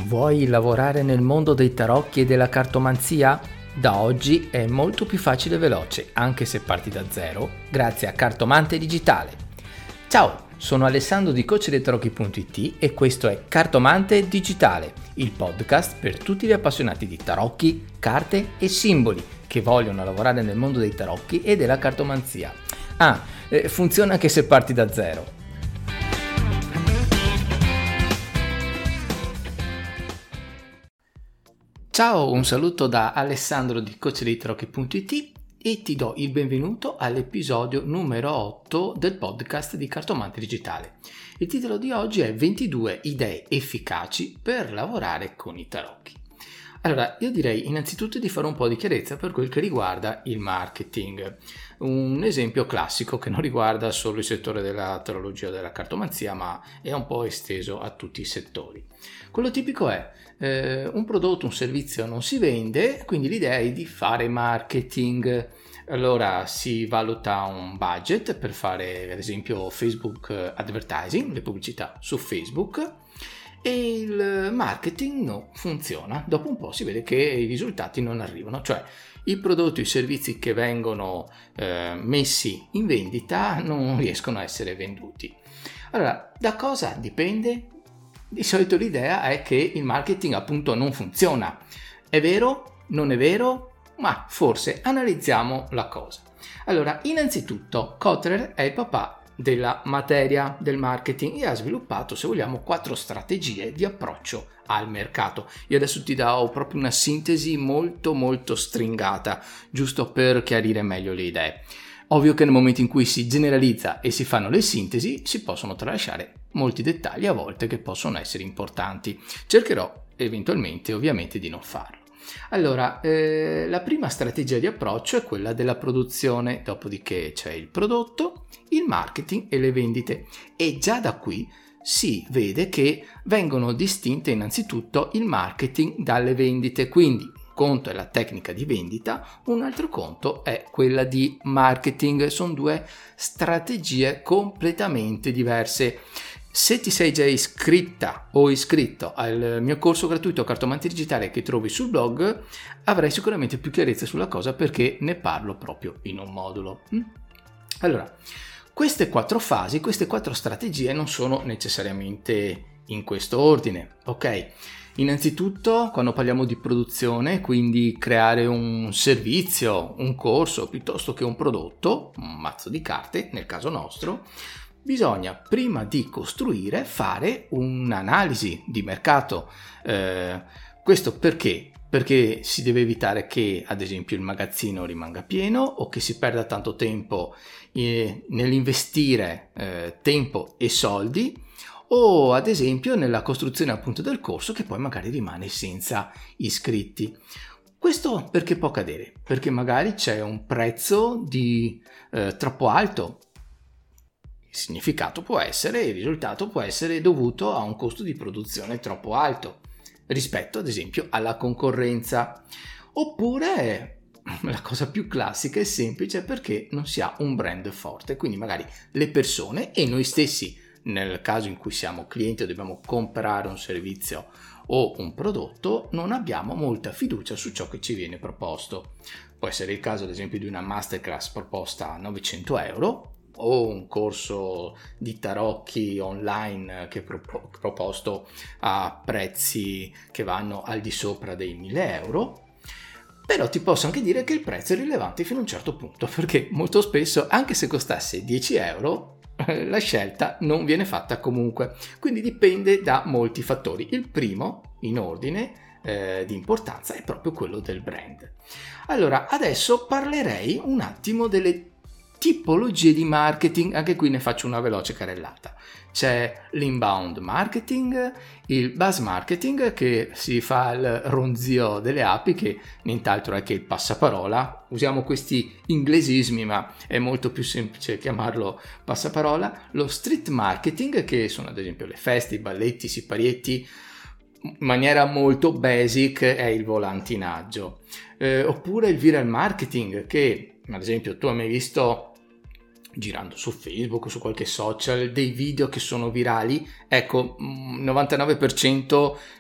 Vuoi lavorare nel mondo dei tarocchi e della cartomanzia? Da oggi è molto più facile e veloce, anche se parti da zero, grazie a Cartomante Digitale. Ciao, sono Alessandro di coachdeitarocchi.it e questo è Cartomante Digitale, il podcast per tutti gli appassionati di tarocchi, carte e simboli che vogliono lavorare nel mondo dei tarocchi e della cartomanzia. Funziona anche se parti da zero. Ciao, un saluto da Alessandro di coachdeitarocchi.it e ti do il benvenuto all'episodio numero 8 del podcast di Cartomante Digitale. Il titolo di oggi è 22 idee efficaci per lavorare con i tarocchi. Allora, io direi innanzitutto di fare un po' di chiarezza per quel che riguarda il marketing. Un esempio classico che non riguarda solo il settore della tarologia o della cartomanzia, ma è un po' esteso a tutti i settori. Quello tipico è un prodotto, un servizio non si vende, quindi l'idea è di fare marketing. Allora si valuta un budget per fare ad esempio Facebook advertising, le pubblicità su Facebook, e il marketing non funziona. Dopo un po' si vede che i risultati non arrivano, cioè i prodotti o i servizi che vengono messi in vendita non riescono a essere venduti. Allora, da cosa dipende? Di solito l'idea è che il marketing appunto non funziona. È vero? Non è vero? Ma forse analizziamo la cosa. Allora, innanzitutto Kotler è il papà della materia del marketing e ha sviluppato, se vogliamo, 4 strategie di approccio al mercato. Io adesso ti do proprio una sintesi molto stringata, giusto per chiarire meglio le idee. Ovvio che nel momento in cui si generalizza e si fanno le sintesi si possono tralasciare molti dettagli a volte che possono essere importanti. Cercherò eventualmente ovviamente di non farlo. Allora, la prima strategia di approccio è quella della produzione, dopodiché c'è il prodotto, il marketing e le vendite, e già da qui si vede che vengono distinte innanzitutto il marketing dalle vendite, quindi un conto è la tecnica di vendita, un altro conto è quella di marketing. Sono 2 strategie completamente diverse. Se ti sei già iscritta o iscritto al mio corso gratuito Cartomante Digitale che trovi sul blog, avrai sicuramente più chiarezza sulla cosa perché ne parlo proprio in un modulo. Allora, queste 4 fasi, queste 4 strategie non sono necessariamente in questo ordine, ok? Innanzitutto, quando parliamo di produzione, quindi creare un servizio, un corso, piuttosto che un prodotto, un mazzo di carte, nel caso nostro, bisogna prima di costruire fare un'analisi di mercato. Questo perché? Perché si deve evitare che ad esempio il magazzino rimanga pieno o che si perda tanto tempo nell'investire tempo e soldi, o ad esempio nella costruzione appunto del corso che poi magari rimane senza iscritti. Questo perché può accadere? Perché magari c'è un prezzo troppo alto. Il significato può essere, il risultato può essere dovuto a un costo di produzione troppo alto rispetto ad esempio alla concorrenza, oppure la cosa più classica e semplice perché non si ha un brand forte, quindi magari le persone e noi stessi nel caso in cui siamo clienti o dobbiamo comprare un servizio o un prodotto non abbiamo molta fiducia su ciò che ci viene proposto. Può essere il caso ad esempio di una masterclass proposta a 900 euro o un corso di tarocchi online che è proposto a prezzi che vanno al di sopra dei 1000 euro. Però ti posso anche dire che il prezzo è rilevante fino a un certo punto, perché molto spesso, anche se costasse 10 euro, la scelta non viene fatta comunque. Quindi dipende da molti fattori. Il primo, in ordine di importanza, è proprio quello del brand. Allora, adesso parlerei un attimo delle tipologie di marketing, anche qui ne faccio una veloce carrellata. C'è l'inbound marketing, il buzz marketing che si fa il ronzio delle api, che nient'altro è che il passaparola. Usiamo questi inglesismi ma è molto più semplice chiamarlo passaparola. Lo street marketing, che sono ad esempio le feste, i balletti, i siparietti. In maniera molto basic è il volantinaggio, oppure il viral marketing, che ad esempio tu hai mai visto girando su Facebook o su qualche social dei video che sono virali? Ecco, 99%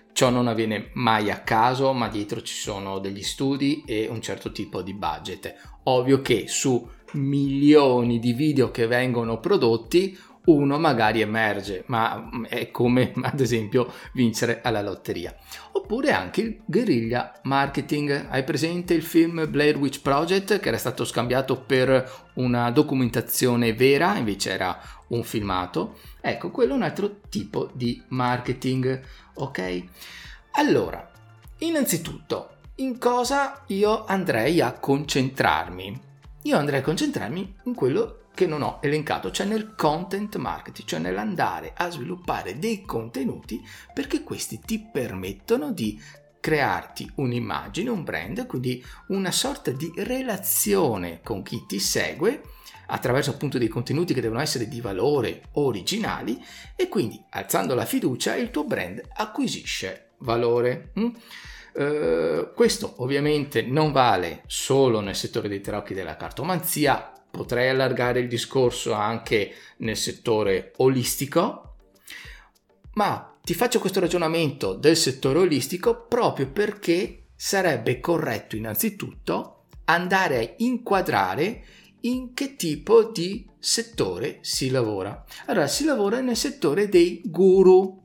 Ciò non avviene mai a caso, ma dietro ci sono degli studi e un certo tipo di budget. Ovvio che su milioni di video che vengono prodotti, uno magari emerge, ma è come ad esempio vincere alla lotteria. Oppure anche il guerriglia marketing. Hai presente il film Blair Witch Project, che era stato scambiato per una documentazione vera, invece era un filmato? Ecco, quello è un altro tipo di marketing, ok? Allora, innanzitutto, in cosa io andrei a concentrarmi? Io andrei a concentrarmi in quello che non ho elencato, cioè nel content marketing, cioè nell'andare a sviluppare dei contenuti, perché questi ti permettono di crearti un'immagine, un brand, quindi una sorta di relazione con chi ti segue attraverso appunto dei contenuti che devono essere di valore, originali, e quindi alzando la fiducia il tuo brand acquisisce valore. Questo ovviamente non vale solo nel settore dei tarocchi della cartomanzia. Potrei allargare il discorso anche nel settore olistico, ma ti faccio questo ragionamento del settore olistico proprio perché sarebbe corretto innanzitutto andare a inquadrare in che tipo di settore si lavora. Allora, si lavora nel settore dei guru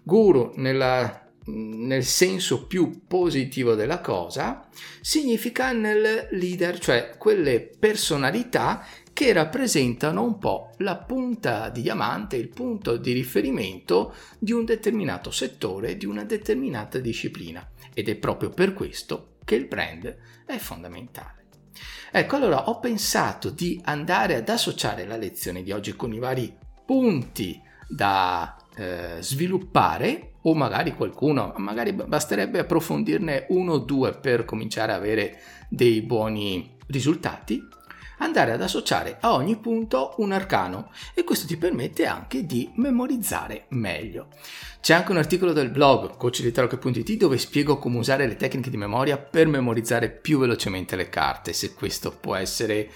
nel senso più positivo della cosa, significa nel leader, cioè quelle personalità che rappresentano un po' la punta di diamante, il punto di riferimento di un determinato settore, di una determinata disciplina, ed è proprio per questo che il brand è fondamentale. Ecco, allora ho pensato di andare ad associare la lezione di oggi con i vari punti da sviluppare, o magari magari basterebbe approfondirne uno o due per cominciare a avere dei buoni risultati, andare ad associare a ogni punto un arcano, e questo ti permette anche di memorizzare meglio. C'è anche un articolo del blog coachditarocche.it dove spiego come usare le tecniche di memoria per memorizzare più velocemente le carte, se questo può essere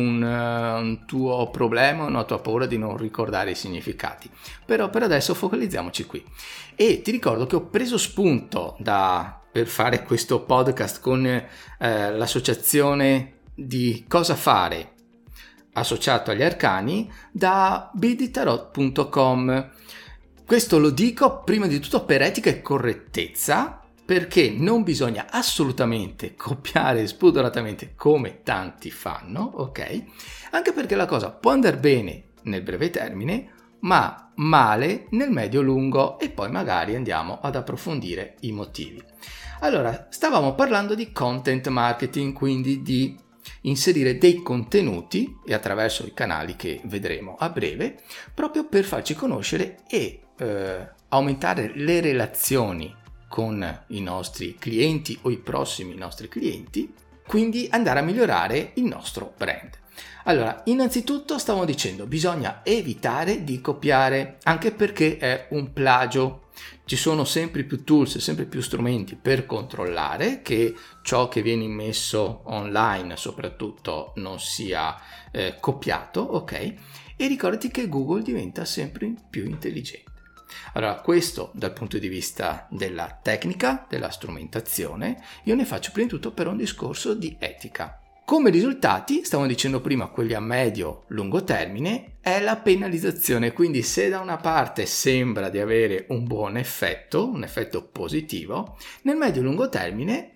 un tuo problema, una tua paura di non ricordare i significati. Però per adesso focalizziamoci qui. E ti ricordo che ho preso spunto per fare questo podcast con l'associazione di cosa fare associato agli arcani da bditarot.com. Questo lo dico prima di tutto per etica e correttezza, perché non bisogna assolutamente copiare spudoratamente come tanti fanno, ok? Anche perché la cosa può andare bene nel breve termine, ma male nel medio-lungo, e poi magari andiamo ad approfondire i motivi. Allora, stavamo parlando di content marketing, quindi di inserire dei contenuti, e attraverso i canali che vedremo a breve, proprio per farci conoscere e aumentare le relazioni con i nostri clienti o i prossimi nostri clienti, quindi andare a migliorare il nostro brand. Allora, innanzitutto stavo dicendo, bisogna evitare di copiare, anche perché è un plagio. Ci sono sempre più tools, sempre più strumenti per controllare che ciò che viene immesso online soprattutto non sia copiato, ok? E ricordati che Google diventa sempre più intelligente. Allora, questo dal punto di vista della tecnica, della strumentazione, io ne faccio prima di tutto per un discorso di etica. Come risultati, stavamo dicendo prima, quelli a medio-lungo termine, è la penalizzazione. Quindi se da una parte sembra di avere un buon effetto, un effetto positivo, nel medio-lungo termine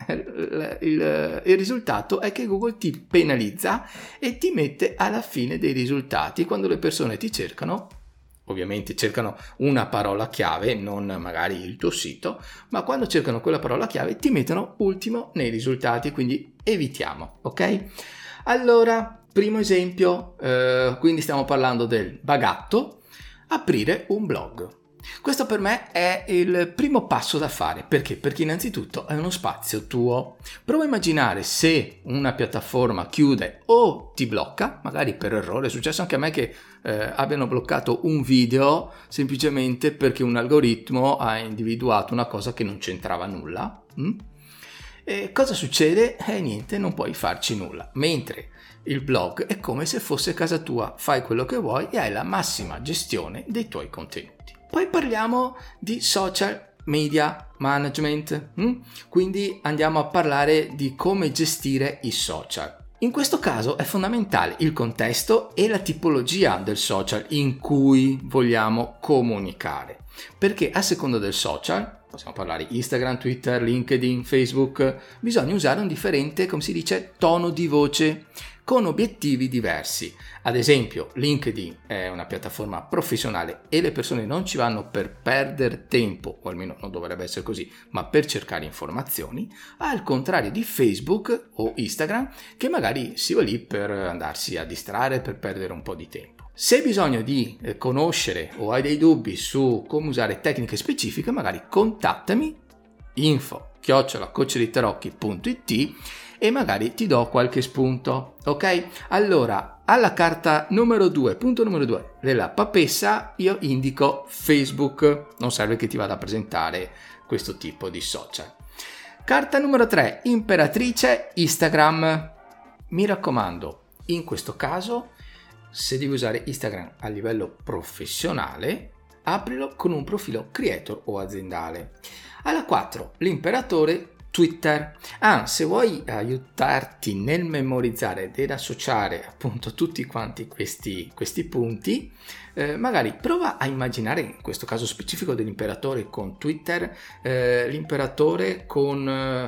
il risultato è che Google ti penalizza e ti mette alla fine dei risultati. Quando le persone ti cercano, ovviamente cercano una parola chiave, non magari il tuo sito, ma quando cercano quella parola chiave ti mettono ultimo nei risultati, quindi evitiamo, ok? Allora, primo esempio, quindi stiamo parlando del bagatto, aprire un blog. Questo per me è il primo passo da fare. Perché? Perché innanzitutto è uno spazio tuo. Prova a immaginare se una piattaforma chiude o ti blocca, magari per errore. È successo anche a me che abbiano bloccato un video semplicemente perché un algoritmo ha individuato una cosa che non c'entrava nulla. E cosa succede? Niente, non puoi farci nulla. Mentre il blog è come se fosse casa tua, fai quello che vuoi e hai la massima gestione dei tuoi contenuti. Poi parliamo di social media management. Quindi andiamo a parlare di come gestire i social. In questo caso è fondamentale il contesto e la tipologia del social in cui vogliamo comunicare, perché a seconda del social, possiamo parlare Instagram, Twitter, LinkedIn, Facebook, bisogna usare un differente, come si dice, tono di voce con obiettivi diversi. Ad esempio, LinkedIn è una piattaforma professionale e le persone non ci vanno per perdere tempo, o almeno non dovrebbe essere così, ma per cercare informazioni, al contrario di Facebook o Instagram, che magari si va lì per andarsi a distrarre, per perdere un po' di tempo. Se hai bisogno di conoscere o hai dei dubbi su come usare tecniche specifiche, magari contattami info@coachliterocchi.it e magari ti do qualche spunto, ok? Allora, alla carta numero 2, punto numero 2 della papessa, io indico Facebook, non serve che ti vada a presentare questo tipo di social. Carta numero 3, imperatrice, Instagram. Mi raccomando, in questo caso, se devi usare Instagram a livello professionale, aprilo con un profilo creator o aziendale. Alla 4, l'imperatore, Twitter. Se vuoi aiutarti nel memorizzare ed associare appunto tutti quanti questi punti, magari prova a immaginare, in questo caso specifico dell'imperatore con Twitter, l'imperatore con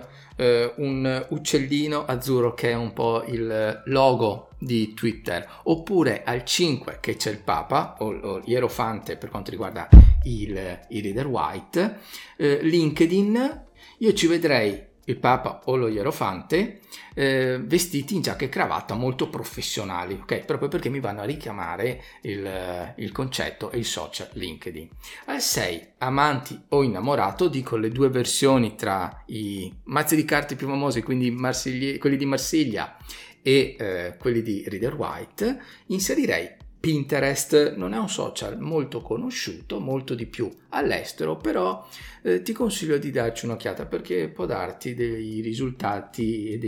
un uccellino azzurro che è un po' il logo di Twitter, oppure al 5 che c'è il Papa o l'Ierofante per quanto riguarda il Reader White. LinkedIn, io ci vedrei il Papa o lo Ierofante vestiti in giacca e cravatta molto professionali, ok? Proprio perché mi vanno a richiamare il concetto e il social LinkedIn. Al 6, amanti o innamorato, dico le due versioni tra i mazzi di carte più famosi, quindi quelli di Marsiglia e quelli di Reader White. Inserirei Pinterest. Non è un social molto conosciuto, molto di più all'estero, però ti consiglio di darci un'occhiata perché può darti dei risultati e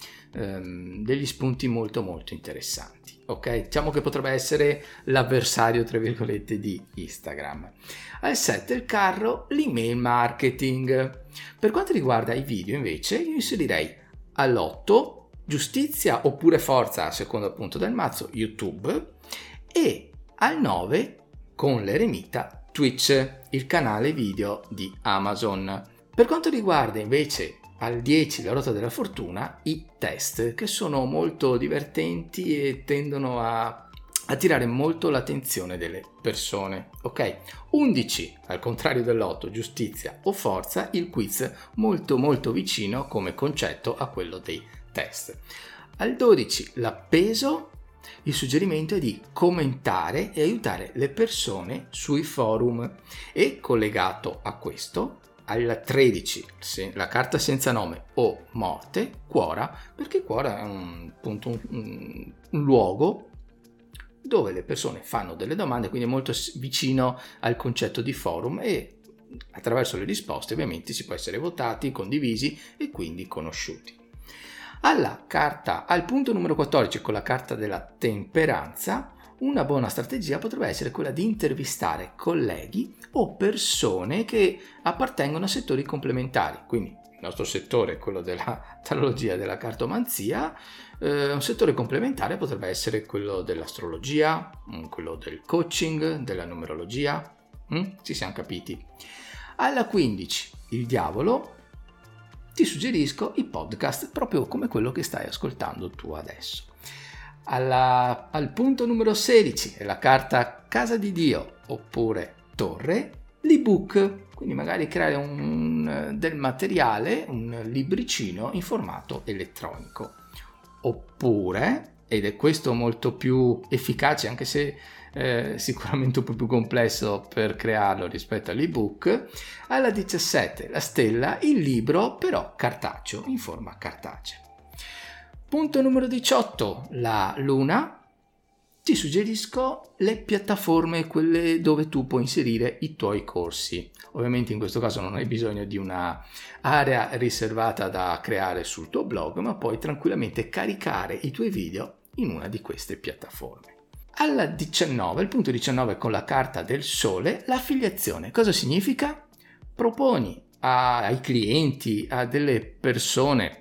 degli spunti molto molto interessanti, ok? Diciamo che potrebbe essere l'avversario tra virgolette di Instagram. Al 7 il carro, l'email marketing. Per quanto riguarda i video invece io inserirei all'8 giustizia oppure forza a seconda appunto del mazzo, YouTube, e al 9 con l'eremita Twitch, il canale video di Amazon. Per quanto riguarda invece al 10 la ruota della fortuna, i test, che sono molto divertenti e tendono a attirare molto l'attenzione delle persone, ok? 11 al contrario dell'8 giustizia o forza, il quiz, molto molto vicino come concetto a quello dei test. Al 12 l'appeso. Il suggerimento è di commentare e aiutare le persone sui forum, e collegato a questo al 13 la carta senza nome o morte, Quora, perché Quora è un luogo dove le persone fanno delle domande, quindi è molto vicino al concetto di forum e attraverso le risposte ovviamente si può essere votati, condivisi e quindi conosciuti. Al punto numero 14, con la carta della temperanza, una buona strategia potrebbe essere quella di intervistare colleghi o persone che appartengono a settori complementari. Quindi il nostro settore, quello della tarologia, della cartomanzia, un settore complementare potrebbe essere quello dell'astrologia, quello del coaching, della numerologia. Ci siamo capiti. Alla 15, il diavolo. Ti suggerisco i podcast proprio come quello che stai ascoltando tu adesso. Al punto numero 16 è la carta Casa di Dio oppure Torre, l'ebook, quindi magari creare del materiale, un libricino in formato elettronico. Oppure, ed è questo molto più efficace anche se sicuramente un po' più complesso per crearlo rispetto all'ebook, alla 17 la stella, il libro però cartaceo, in forma cartacea. Punto numero 18 la luna. Ti suggerisco le piattaforme, quelle dove tu puoi inserire i tuoi corsi. Ovviamente in questo caso non hai bisogno di una area riservata da creare sul tuo blog, ma puoi tranquillamente caricare i tuoi video in una di queste piattaforme. Alla 19, il punto 19 con la carta del sole, l'affiliazione. Cosa significa? proponi ai clienti, a delle persone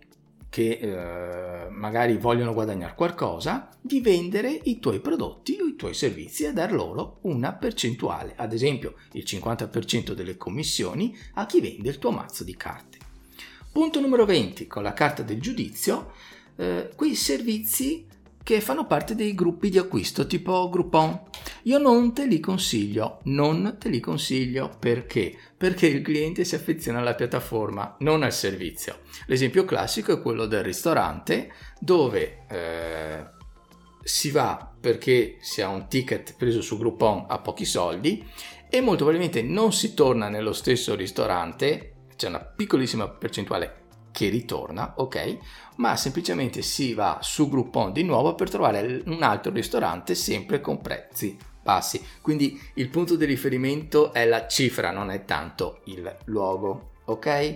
che magari vogliono guadagnare qualcosa, di vendere i tuoi prodotti o i tuoi servizi e dar loro una percentuale, ad esempio il 50% delle commissioni a chi vende il tuo mazzo di carte. Punto numero 20, con la carta del giudizio, quei servizi che fanno parte dei gruppi di acquisto tipo Groupon. Io non te li consiglio. Perché? Perché il cliente si affeziona alla piattaforma, non al servizio. L'esempio classico è quello del ristorante, dove si va perché si ha un ticket preso su Groupon a pochi soldi e molto probabilmente non si torna nello stesso ristorante, c'è una piccolissima percentuale che ritorna, ok? Ma semplicemente si va su Groupon di nuovo per trovare un altro ristorante sempre con prezzi bassi. Quindi il punto di riferimento è la cifra, non è tanto il luogo, ok?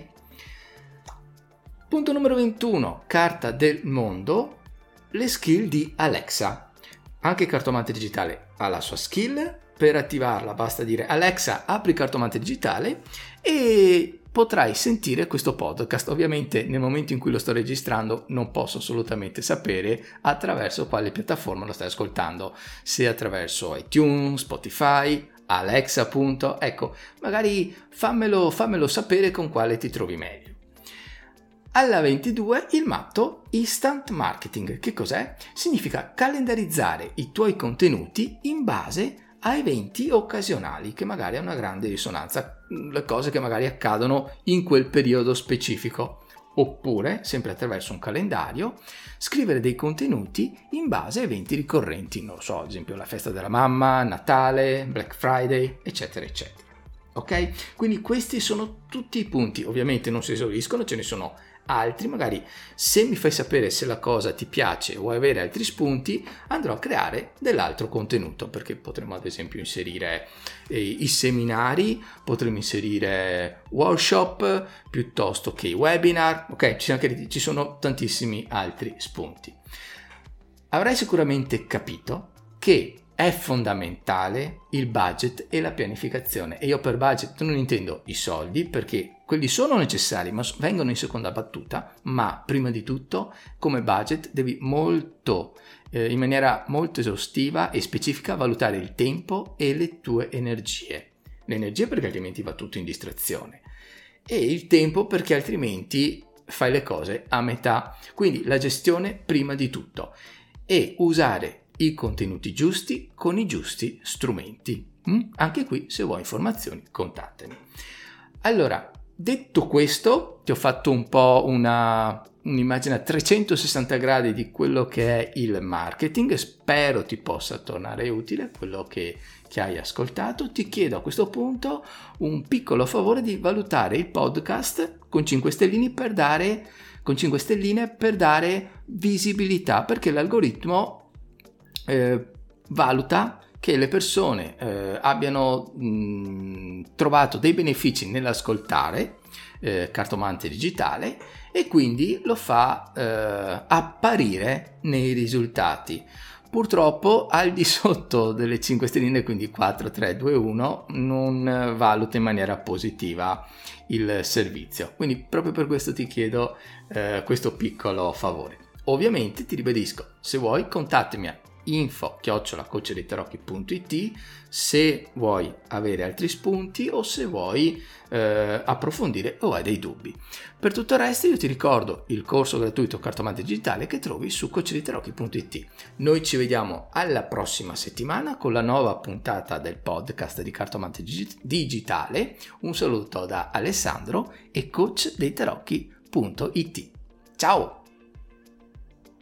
Punto numero 21, carta del mondo, le skill di Alexa. Anche Cartomante Digitale ha la sua skill. Per attivarla basta dire Alexa, apri Cartomante Digitale e potrai sentire questo podcast. Ovviamente nel momento in cui lo sto registrando non posso assolutamente sapere attraverso quale piattaforma lo stai ascoltando, se attraverso iTunes, Spotify, Alexa appunto. Ecco, magari fammelo sapere con quale ti trovi meglio. Alla 22 il matto Instant Marketing. Che cos'è? Significa calendarizzare i tuoi contenuti in base a eventi occasionali che magari hanno una grande risonanza, le cose che magari accadono in quel periodo specifico. Oppure, sempre attraverso un calendario, scrivere dei contenuti in base a eventi ricorrenti, non lo so, ad esempio la festa della mamma, Natale, Black Friday, eccetera, eccetera. Ok? Quindi questi sono tutti i punti, ovviamente non si esauriscono, ce ne sono altri, magari se mi fai sapere se la cosa ti piace o vuoi avere altri spunti, andrò a creare dell'altro contenuto, perché potremmo ad esempio inserire i seminari, potremmo inserire workshop piuttosto che webinar, ok? Ci sono tantissimi altri spunti. Avrai sicuramente capito che è fondamentale il budget e la pianificazione, e io per budget non intendo i soldi, perché quelli sono necessari ma vengono in seconda battuta, ma prima di tutto come budget devi in maniera molto esaustiva e specifica valutare il tempo e le tue energie. L'energia perché altrimenti va tutto in distrazione, e il tempo perché altrimenti fai le cose a metà. Quindi la gestione prima di tutto, e usare i contenuti giusti con i giusti strumenti. Anche qui, se vuoi informazioni, contattami. Allora, detto questo, ti ho fatto un po' un'immagine a 360 gradi di quello che è il marketing. Spero ti possa tornare utile quello che hai ascoltato. Ti chiedo a questo punto un piccolo favore di valutare il podcast con 5 stelline per dare visibilità, perché l'algoritmo valuta che le persone abbiano trovato dei benefici nell'ascoltare Cartomante Digitale, e quindi lo fa apparire nei risultati. Purtroppo al di sotto delle 5 stelline, quindi 4, 3, 2, 1, non valuta in maniera positiva il servizio. Quindi proprio per questo ti chiedo questo piccolo favore. Ovviamente ti ribadisco, se vuoi contattami a info@coachedeitarocchi.it se vuoi avere altri spunti o se vuoi approfondire o hai dei dubbi. Per tutto il resto io ti ricordo il corso gratuito Cartomante Digitale che trovi su coachedeitarocchi.it. Noi ci vediamo alla prossima settimana con la nuova puntata del podcast di Cartomante Digitale. Un saluto da Alessandro e coachedeitarocchi.it. Ciao!